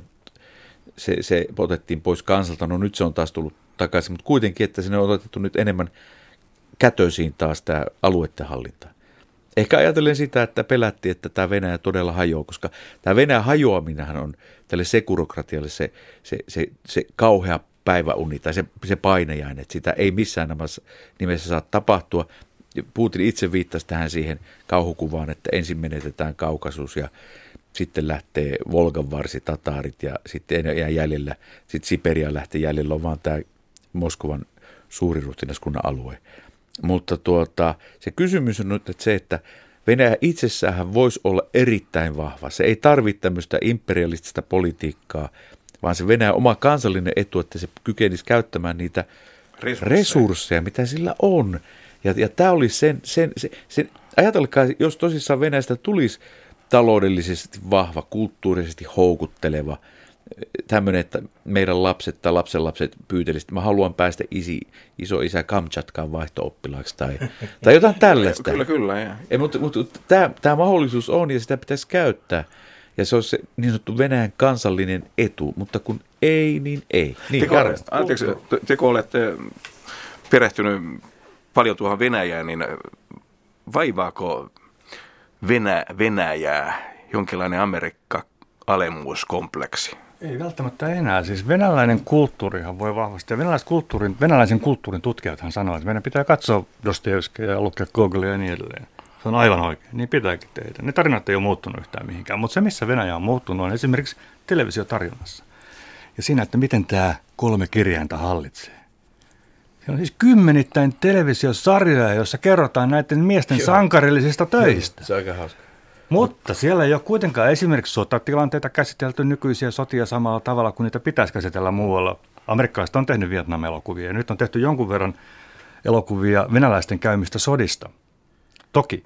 se, se otettiin pois kansalta. No nyt se on taas tullut takaisin, mutta kuitenkin, että sinne on otettu nyt enemmän kätöisiin taas tämä alueiden hallinta. Ehkä ajatellen sitä, että pelättiin, että tämä Venäjä todella hajoaa, koska tämä Venäjän hajoaminenhan on tälle sekurokratialle se, se, se, se kauhea päiväuni tai se, se painajainen, että sitä ei missään nimessä saa tapahtua. Putin itse viittasi tähän siihen kauhukuvaan, että ensin menetetään Kaukasus ja, sitten lähtee Volgan varsi tataarit ja sitten ei jää jäljellä, sitten Siperiaan lähtee jäljellä, on vaan tämä Moskovan suuriruhtinaskunnan alue. Mutta tuota, se kysymys on nyt että se, että Venäjä itsessään voisi olla erittäin vahva. Se ei tarvitse tämmöistä imperialistista politiikkaa, vaan se Venäjän oma kansallinen etu, että se kykenisi käyttämään niitä resursseja, resursseja mitä sillä on. Ja, ja tämä oli sen, sen, sen, sen, ajatelkaa, jos tosissaan Venäjästä tulisi taloudellisesti vahva, kulttuurisesti houkutteleva, tämmöinen, että meidän lapset tai lapsenlapset pyytelisivät, mä haluan päästä isi, iso-isä Kamchatkaan vaihto-oppilaaksi tai, tai jotain tällaista. Kyllä, kyllä. Ja. Ei, mutta mutta tämä, tämä mahdollisuus on ja sitä pitäisi käyttää. Ja se on se niin sanottu Venäjän kansallinen etu, mutta kun ei, niin ei. Niin, teko, anteeksi, te kun olette perehtynyt paljon tuohon Venäjään, niin vaivaako Venä, Venäjää jonkinlainen Amerikka-alemuuskompleksi? Ei välttämättä enää. Siis venäläinen kulttuurihan voi vahvasti, ja venäläisen kulttuurin, venäläisen kulttuurin tutkijathan sanoo, että meidän pitää katsoa Dostojevskia ja lukea Gogolea ja niin edelleen. Se on aivan oikein. Niin pitääkin tehdä. Ne tarinat ei ole muuttunut yhtään mihinkään, mutta se, missä Venäjä on muuttunut, on esimerkiksi televisiotarjonnassa. Ja siinä, että miten tämä kolme kirjainta hallitsee. Se on siis kymmenittäin televisiosarjoja, joissa kerrotaan näiden miesten Joo. sankarillisista töistä. Se on aika hauska. Mutta siellä ei ole kuitenkaan esimerkiksi sotatilanteita käsitelty nykyisiä sotia samalla tavalla kuin niitä pitäisi käsitellä muualla. Amerikkalaiset on tehnyt Vietnam-elokuvia ja nyt on tehty jonkun verran elokuvia venäläisten käymistä sodista. Toki.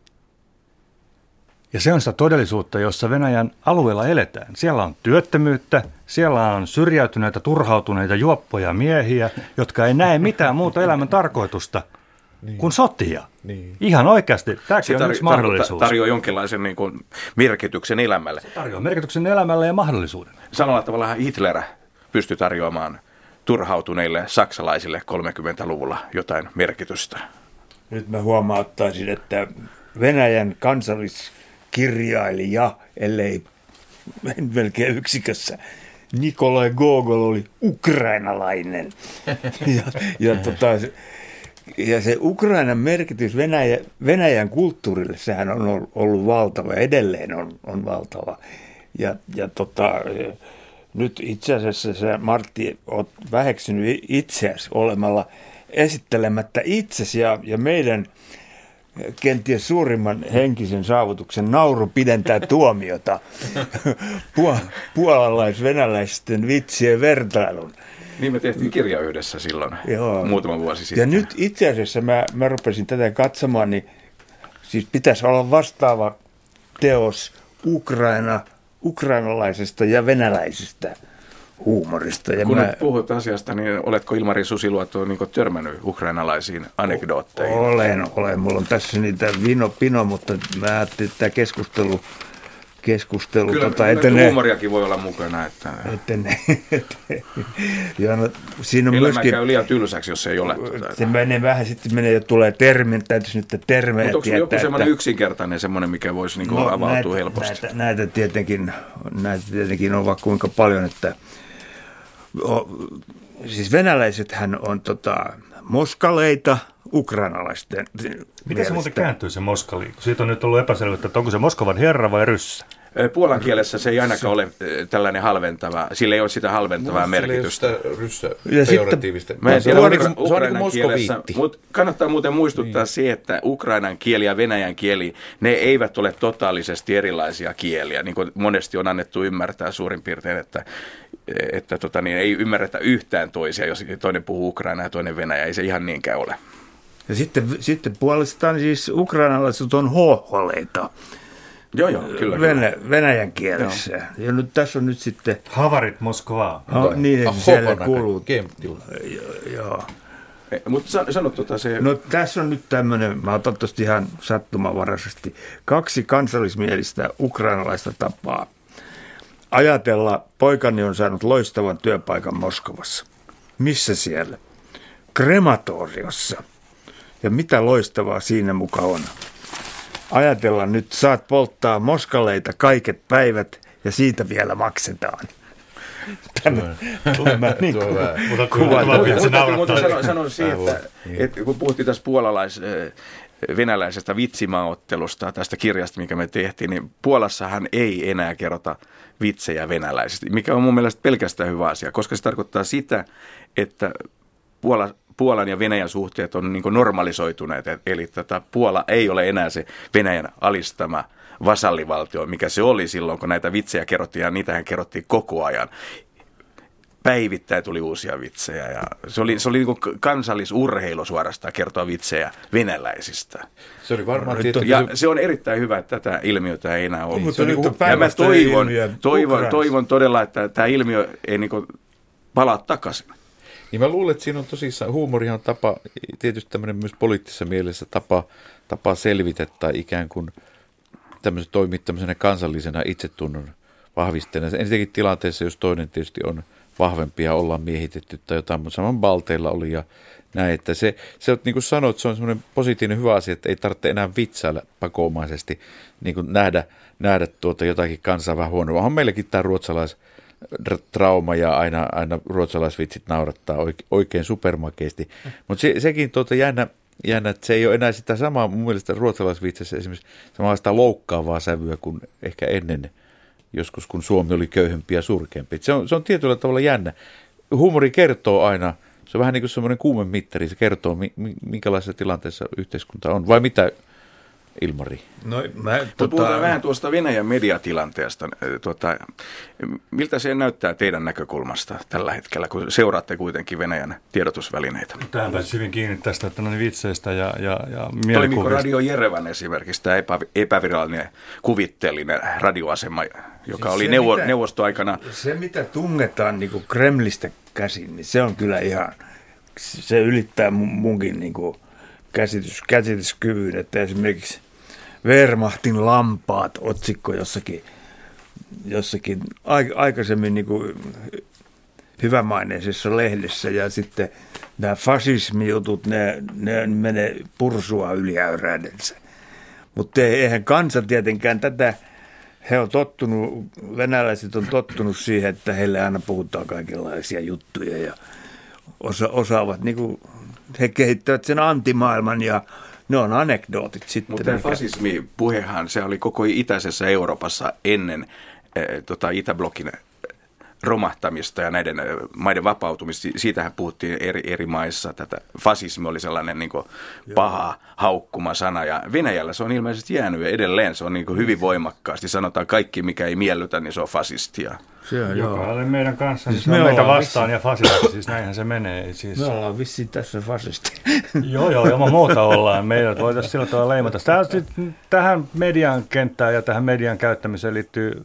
Ja se on sitä todellisuutta, jossa Venäjän alueella eletään. Siellä on työttömyyttä, siellä on syrjäytyneitä, turhautuneita juoppoja miehiä, jotka ei näe mitään muuta elämän tarkoitusta niin. kuin sotia. Niin. Ihan oikeasti. Tämäkin on tar- yksi mahdollisuus. Tarjoaa jonkinlaisen niin kuin, merkityksen elämälle. Se tarjoaa merkityksen elämälle ja mahdollisuuden. Samalla tavalla Hitler pystyi tarjoamaan turhautuneille saksalaisille kolmekymmentäluvulla jotain merkitystä. Nyt mä huomauttaisin, että Venäjän kansalliskirjailija, ellei melkein yksikössä, Nikolai Gogol oli ukrainalainen. ja, ja, tota, ja se Ukrainan merkitys Venäjä, Venäjän kulttuurille, sehän on ollut valtava, edelleen on, on valtava. Ja, ja tota, nyt itse asiassa sä, Martti, oot väheksynyt itseäsi olemalla esittelemättä itsesi ja, ja meidän kenties suurimman henkisen saavutuksen nauru pidentää tuomiota puolalais-venäläisten vitsien vertailun. Niin me tehtiin kirja yhdessä silloin Joo. muutama vuosi sitten. Ja nyt itse asiassa mä, mä rupesin tätä katsomaan, niin siis pitäisi olla vastaava teos Ukraina, ukrainalaisesta ja venäläisestä huumorista. Ja kun mä... nyt puhut asiasta, niin oletko Ilmari Susiluoto niin törmännyt ukrainalaisiin anekdootteihin? Olen, olen. Mulla on tässä niitä vino pino, mutta mä ajattelin, että tämä keskustelu... keskustelu Kyllä, tota, etene, huumoriakin voi olla mukana. Että... Etene, etene. Ja no, siinä on elämä myöskin... käy liian tylsäksi, jos ei ole. Tuota, se menee vähän, sitten menee ja tulee termi, täytyisi nyt termejä. Mutta onko tietää, joku semmoinen että... yksinkertainen, semmoinen, mikä voisi niin no, avautua näitä, helposti? Näitä, näitä, tietenkin, näitä tietenkin on vaikka kuinka paljon, että o, siis venäläisethän on tota, moskaleita ukrainalaisten Miten mielestä. se muuten kääntyy se moskaliikko? Siitä on nyt ollut epäselvyyttä, että onko se Moskovan herra vai ryssä? Puolan kielessä se ei ainakaan ole tällainen halventava, sillä ei ole sitä halventavaa merkitystä. Ryssä ja pejoratiivista. Mä en tiedä, se on ukrainan niin kuin, niin kielessä, mutta kannattaa muuten muistuttaa niin. siihen, että ukrainan kieli ja venäjän kieli, ne eivät ole totaalisesti erilaisia kieliä, niin kuin monesti on annettu ymmärtää suurin piirtein, että, että tota, niin ei ymmärretä yhtään toisia, jos toinen puhuu ukrainaa ja toinen venäjä, ei se ihan niinkään ole. Ja sitten, sitten puolestaan siis ukrainalaiset on hohholeita. Joo, joo, kyllä. Venä, Venäjän kielessä. Joo. Ja nyt tässä on nyt sitten... Havarit Moskovaa. No, niin, että siellä kuuluu. Joo. Mutta sano tuota se... No tässä on nyt tämmöinen, mä otan tuosta ihan sattumanvaraisesti, kaksi kansallismielistä ukrainalaista tapaa ajatella, poikani on saanut loistavan työpaikan Moskovassa. Missä siellä? Krematoriossa. Ja mitä loistavaa siinä mukaan on? Ajatella nyt, saat polttaa moskaleita kaiket päivät ja siitä vielä maksetaan. Tämä mä niin kuvan. Mutta sanon siihen, että kun puhuttiin tässä puolalais venäläisestä vitsimaaottelusta, tästä kirjasta, mikä me tehtiin, niin Puolassahan ei enää kerrota vitsejä venäläisistä, mikä on mun mielestä pelkästään hyvä asia, koska se tarkoittaa sitä, että Puola, Puolan ja Venäjän suhteet on niin kuin normalisoituneet, eli tätä Puola ei ole enää se Venäjän alistama vasallivaltio, mikä se oli silloin, kun näitä vitsejä kerrottiin, ja niitähän kerrottiin koko ajan. Päivittäin tuli uusia vitsejä, ja se oli, se oli niin kuin kansallisurheilu suorastaan kertoa vitsejä venäläisistä. Se oli varmaan ja se on erittäin hyvä, että tätä ilmiötä ei enää ole. Mutta nyt on ja mä toivon, toivon, toivon, toivon todella, että tämä ilmiö ei niin kuin palaa takaisin. Niin mä luulen, että siinä on tosissaan, huumorihan on tapa, tietysti tämmöinen myös poliittisessa mielessä tapa, tapa selvitä tai ikään kuin tämmöisen toimia tämmöisenä kansallisena itsetunnon vahvistajana. Ensinnäkin tilanteessa, jos toinen tietysti on vahvempi ja ollaan miehitetty tai jotain, mutta saman balteilla oli ja näin, että se, se niin kuin sanoit, se on semmoinen positiivinen hyvä asia, että ei tarvitse enää vitsailla pakoomaisesti, niin kuin nähdä, nähdä tuota jotakin kansaa vähän huonoa. Onhan meilläkin tämä ruotsalaistrauma ja aina, aina ruotsalaisvitsit naurattaa oikein supermakeasti, mutta se, sekin tuota jännä, jännä, että se ei ole enää sitä samaa, mun mielestä ruotsalaisvitsissä esimerkiksi samanlaista loukkaavaa sävyä kuin ehkä ennen, joskus kun Suomi oli köyhempi ja surkeampi. Se on, se on tietyllä tavalla jännä. Huumori kertoo aina, se on vähän niin kuin semmoinen kuumemittari, se kertoo minkälaisessa tilanteessa yhteiskunta on. Vai mitä, Ilmari? No, mä, tota... Puhutaan vähän tuosta Venäjän mediatilanteesta. Tuota, miltä se näyttää teidän näkökulmasta tällä hetkellä, kun seuraatte kuitenkin Venäjän tiedotusvälineitä? Tähän pääsi hyvin kiinni tästä että no, vitseistä ja, ja, ja mielikuvista. Toimiko Radio Jerevan esimerkiksi tämä epä, epävirallinen kuvitteellinen radioasema, joka siis oli neuvo, mitä, neuvostoaikana? Se, mitä tungetaan niin kuin Kremlistä käsin, niin se on kyllä ihan, se ylittää munkin niin kuin käsitys, käsityskyvyn, että esimerkiksi Wehrmachtin lampaat otsikko jossakin, jossakin aikaisemmin niin kuin hyvämaineisessa lehdessä ja sitten nämä fasismijutut, ne, ne menee pursua yliäyräidensä. Mutta eihän kansa tietenkään tätä, he on tottunut, venäläiset on tottunut siihen, että heille aina puhutaan kaikenlaisia juttuja ja osa, osaavat niin kuin he kehittävät sen antimaailman ja ne on anekdootit sitten. Mutta tämä fasismipuhehan, se oli koko itäisessä Euroopassa ennen eh, tota, Itäblokin romahtamista ja näiden maiden vapautumista. Siitähän puhuttiin eri, eri maissa. Tätä fasismi oli sellainen niin kuin paha, haukkuma sana. Ja Venäjällä se on ilmeisesti jäänyt edelleen. Se on niin kuin hyvin voimakkaasti. Sanotaan kaikki, mikä ei miellytä, niin se on fasistia. Se on, joka oli meidän kanssa, siis me meitä vastaan vissi... ja fasisti, siis näinhän se menee. Siis... Me ollaan vissiin tässä fasisti. joo, joo, ilman muuta ollaan. Meidät voitaisiin sillä tavalla leimata. Tähän median kenttään ja tähän median käyttämiseen liittyy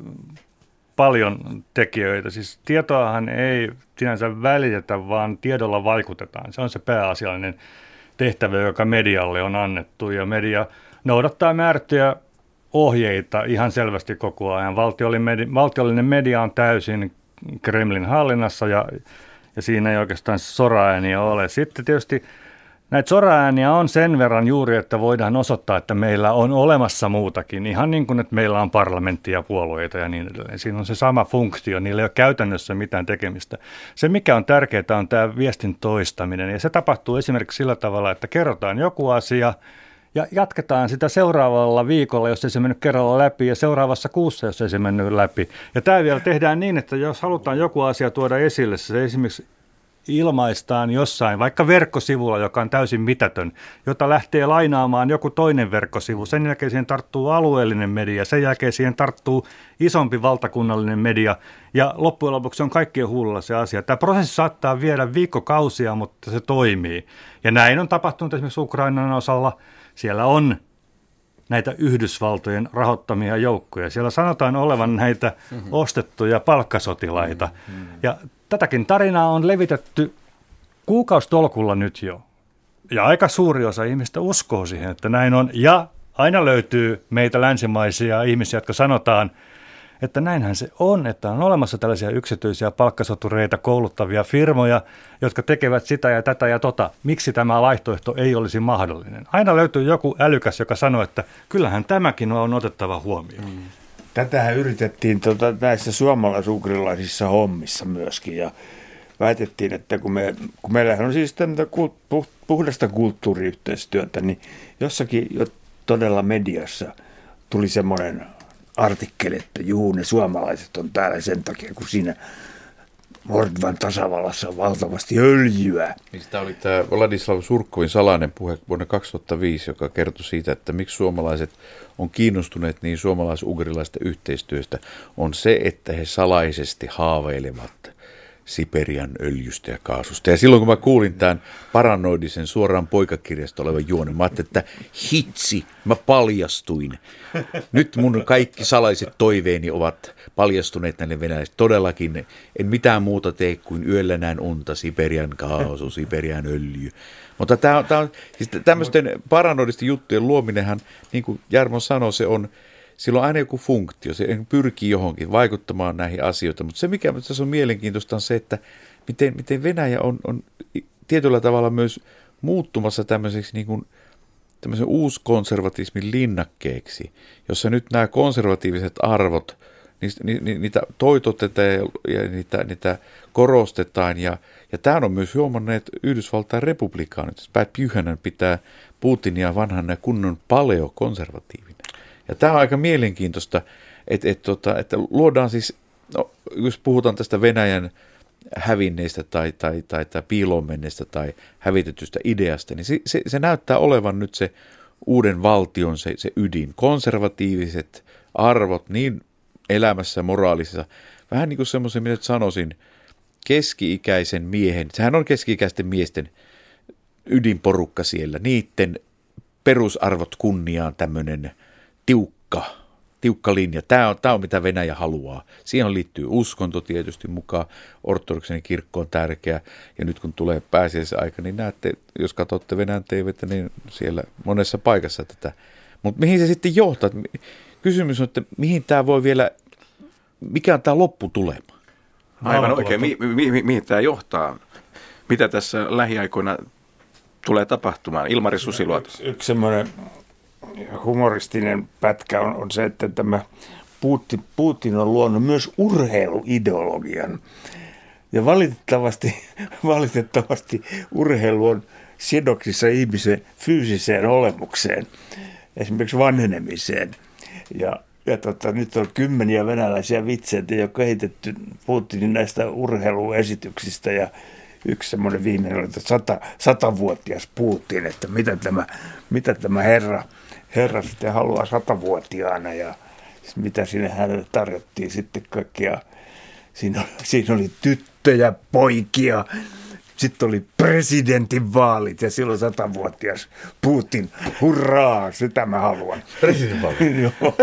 paljon tekijöitä. Siis tietoahan ei sinänsä välitetä, vaan tiedolla vaikutetaan. Se on se pääasiallinen tehtävä, joka medialle on annettu. Ja media noudattaa määrättyjä ohjeita ihan selvästi koko ajan. Valtiollinen media on täysin Kremlin hallinnassa ja, ja siinä ei oikeastaan soraääniä ole. Sitten tietysti näitä soraääniä on sen verran juuri, että voidaan osoittaa, että meillä on olemassa muutakin. Ihan niin kuin, että meillä on parlamenttia, puolueita ja niin edelleen. Siinä on se sama funktio, niillä ei ole käytännössä mitään tekemistä. Se, mikä on tärkeää, on tämä viestin toistaminen. Ja se tapahtuu esimerkiksi sillä tavalla, että kerrotaan joku asia, ja jatketaan sitä seuraavalla viikolla, jos ei se mennyt kerralla läpi, ja seuraavassa kuussa, jos ei se mennyt läpi. Ja tämä vielä tehdään niin, että jos halutaan joku asia tuoda esille, se esimerkiksi ilmaistaan jossain, vaikka verkkosivulla, joka on täysin mitätön, jota lähtee lainaamaan joku toinen verkkosivu. Sen jälkeen siihen tarttuu alueellinen media, sen jälkeen siihen tarttuu isompi valtakunnallinen media, ja loppujen lopuksi on kaikkien huulilla se asia. Tämä prosessi saattaa viedä viikkokausia, mutta se toimii. Ja näin on tapahtunut esimerkiksi Ukrainan osalla. Siellä on näitä Yhdysvaltojen rahoittamia joukkoja. Siellä sanotaan olevan näitä mm-hmm. ostettuja palkkasotilaita. Mm-hmm. Ja tätäkin tarinaa on levitetty kuukausitolkulla nyt jo. Ja aika suuri osa ihmistä uskoo siihen, että näin on. Ja aina löytyy meitä länsimaisia ihmisiä, jotka sanotaan, että näinhän se on, että on olemassa tällaisia yksityisiä palkkasotureita, kouluttavia firmoja, jotka tekevät sitä ja tätä ja tota. Miksi tämä vaihtoehto ei olisi mahdollinen? Aina löytyy joku älykäs, joka sanoo, että kyllähän tämäkin on otettava huomioon. Mm. Tätähän yritettiin tota, näissä suomalais-ugrilaisissa hommissa myöskin. Ja väitettiin, että kun, me, kun meillähän on siis tämmöistä puhdasta kulttuuriyhteistyötä, niin jossakin jo todella mediassa tuli semmoinen artikkeli, että juu, ne suomalaiset on täällä sen takia, kun siinä Mordvan tasavallassa on valtavasti öljyä. Tämä oli tämä Vladislav Surkovin salainen puhe vuonna kaksituhattaviisi, joka kertoi siitä, että miksi suomalaiset on kiinnostuneet niin suomalais-ugrilaista yhteistyöstä, on se, että he salaisesti haaveilevat Siperian öljystä ja kaasusta. Ja silloin kun mä kuulin tämän paranoidisen suoraan poikakirjasta olevan juonen, mä ajattelin, että hitsi, mä paljastuin. Nyt mun kaikki salaiset toiveeni ovat paljastuneet näille venäläisille. Todellakin en mitään muuta tee kuin yöllä näin unta, Siperian kaasu, Siperian öljy. Mutta tämä on, tämä on siis tämmöisten paranoidisten juttujen luominenhan, niin kuin Jarmo sanoi, se on sillä on aina joku funktio, se pyrkii johonkin vaikuttamaan näihin asioihin, mutta se mikä tässä on mielenkiintoista on se, että miten, miten Venäjä on, on tietyllä tavalla myös muuttumassa tämmöiseksi niin kuin, tämmöisen uuskonservatismin linnakkeeksi, jossa nyt nämä konservatiiviset arvot, niitä, niitä toitotetaan ja niitä, niitä korostetaan ja, ja tämä on myös huomanneet Yhdysvaltain republikaanit. Pat Buchanan pitää Putinia vanhan kunnon paleokonservatiivinen. Ja tämä on aika mielenkiintoista, että, että, että, että luodaan siis, no, jos puhutaan tästä Venäjän hävinneistä tai, tai, tai, tai piiloon menneestä tai hävitetystä ideasta, niin se, se, se näyttää olevan nyt se uuden valtion se, se ydin. Konservatiiviset arvot niin elämässä, moraalisessa, vähän niin kuin semmoisen, minä nyt sanoisin, keski-ikäisen miehen, sehän on keski-ikäisten miesten ydinporukka siellä, niiden perusarvot kunniaan tämmöinen tiukka, tiukka linja. Tämä on, tämä on mitä Venäjä haluaa. Siihen liittyy uskonto tietysti mukaan. Ortodoksinen kirkko on tärkeä. Ja nyt kun tulee pääsiäisen aika, niin näette, jos katsotte Venäjän T V:tä, niin siellä monessa paikassa tätä. Mutta mihin se sitten johtaa? Kysymys on, että mihin tämä voi vielä, mikä on tämä lopputulema? Aivan oikein. Mi- mi- mi- mihin tämä johtaa? Mitä tässä lähiaikoina tulee tapahtumaan? Ilmari Susiluoto. Yksi, yksi semmoinen humoristinen pätkä on, on se, että tämä Putin, Putin on luonut myös urheiluideologian. Ja valitettavasti, valitettavasti urheilu on sidoksissa ihmisen fyysiseen olemukseen, esimerkiksi vanhenemiseen. Ja, ja tota, nyt on kymmeniä venäläisiä vitseitä jo kehitetty Putinin näistä urheiluesityksistä ja yksi semmoinen viimeinen oli, että sata, satavuotias Putin, että mitä tämä, mitä tämä herra, herra sitten haluaa satavuotiaana ja mitä sinne hänelle tarjottiin sitten kaikkia. Siinä, siinä oli tyttöjä, poikia, sitten oli presidentinvaalit ja silloin satavuotias Putin, hurraa, sitä mä haluan. Presidentinvaalit? Joo.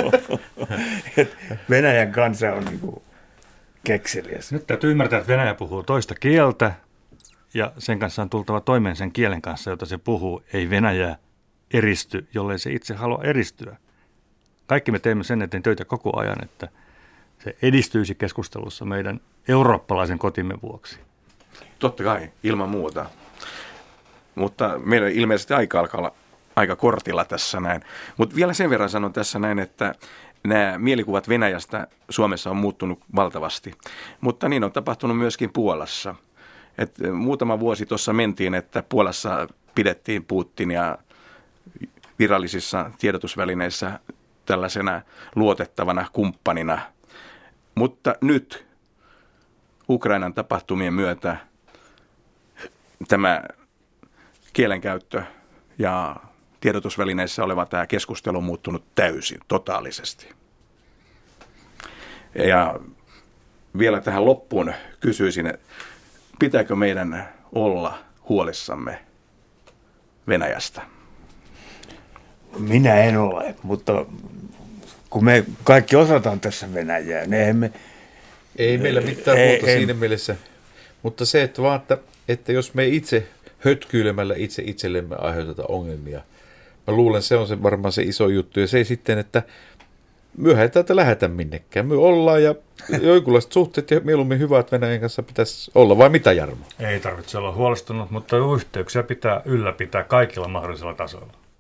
Venäjän kansa on niin kuin kekseliäs. Nyt täytyy ymmärtää, että Venäjä puhuu toista kieltä ja sen kanssa on tultava toimeen sen kielen kanssa, jota se puhuu. Ei Venäjä eristy, jollei se itse halua eristyä. Kaikki me teemme sen eteen töitä koko ajan, että se edistyisi keskustelussa meidän eurooppalaisen kotimme vuoksi. Totta kai, ilman muuta. Mutta meillä ilmeisesti aika alkaa olla aika kortilla tässä näin. Mutta vielä sen verran sanon tässä näin, että nämä mielikuvat Venäjästä Suomessa on muuttunut valtavasti. Mutta niin on tapahtunut myöskin Puolassa. Et muutama vuosi tuossa mentiin, että Puolassa pidettiin Putinia virallisissa tiedotusvälineissä tällaisena luotettavana kumppanina. Mutta nyt Ukrainan tapahtumien myötä tämä kielenkäyttö ja tiedotusvälineissä oleva tämä keskustelu on muuttunut täysin, totaalisesti. Ja vielä tähän loppuun kysyisin, että pitääkö meidän olla huolissamme Venäjästä? Minä en ole, mutta kun me kaikki osataan tässä Venäjää, niin eihän me... Ei meillä mitään ei, muuta ei, siinä mielessä, mutta se, että, vaan, että, että jos me itse hötkyilemällä itse itsellemme aiheuteta ongelmia, mä luulen, se on se varmaan se iso juttu, ja se sitten, että myöhän ei täältä lähetä minnekään. Me ollaan, ja jonkunlaiset suhteet ja mieluummin hyvät Venäjän kanssa pitäisi olla, vai mitä, Jarmo? Ei tarvitse olla huolestunut, mutta yhteyksiä pitää ylläpitää kaikilla mahdollisilla tasoilla.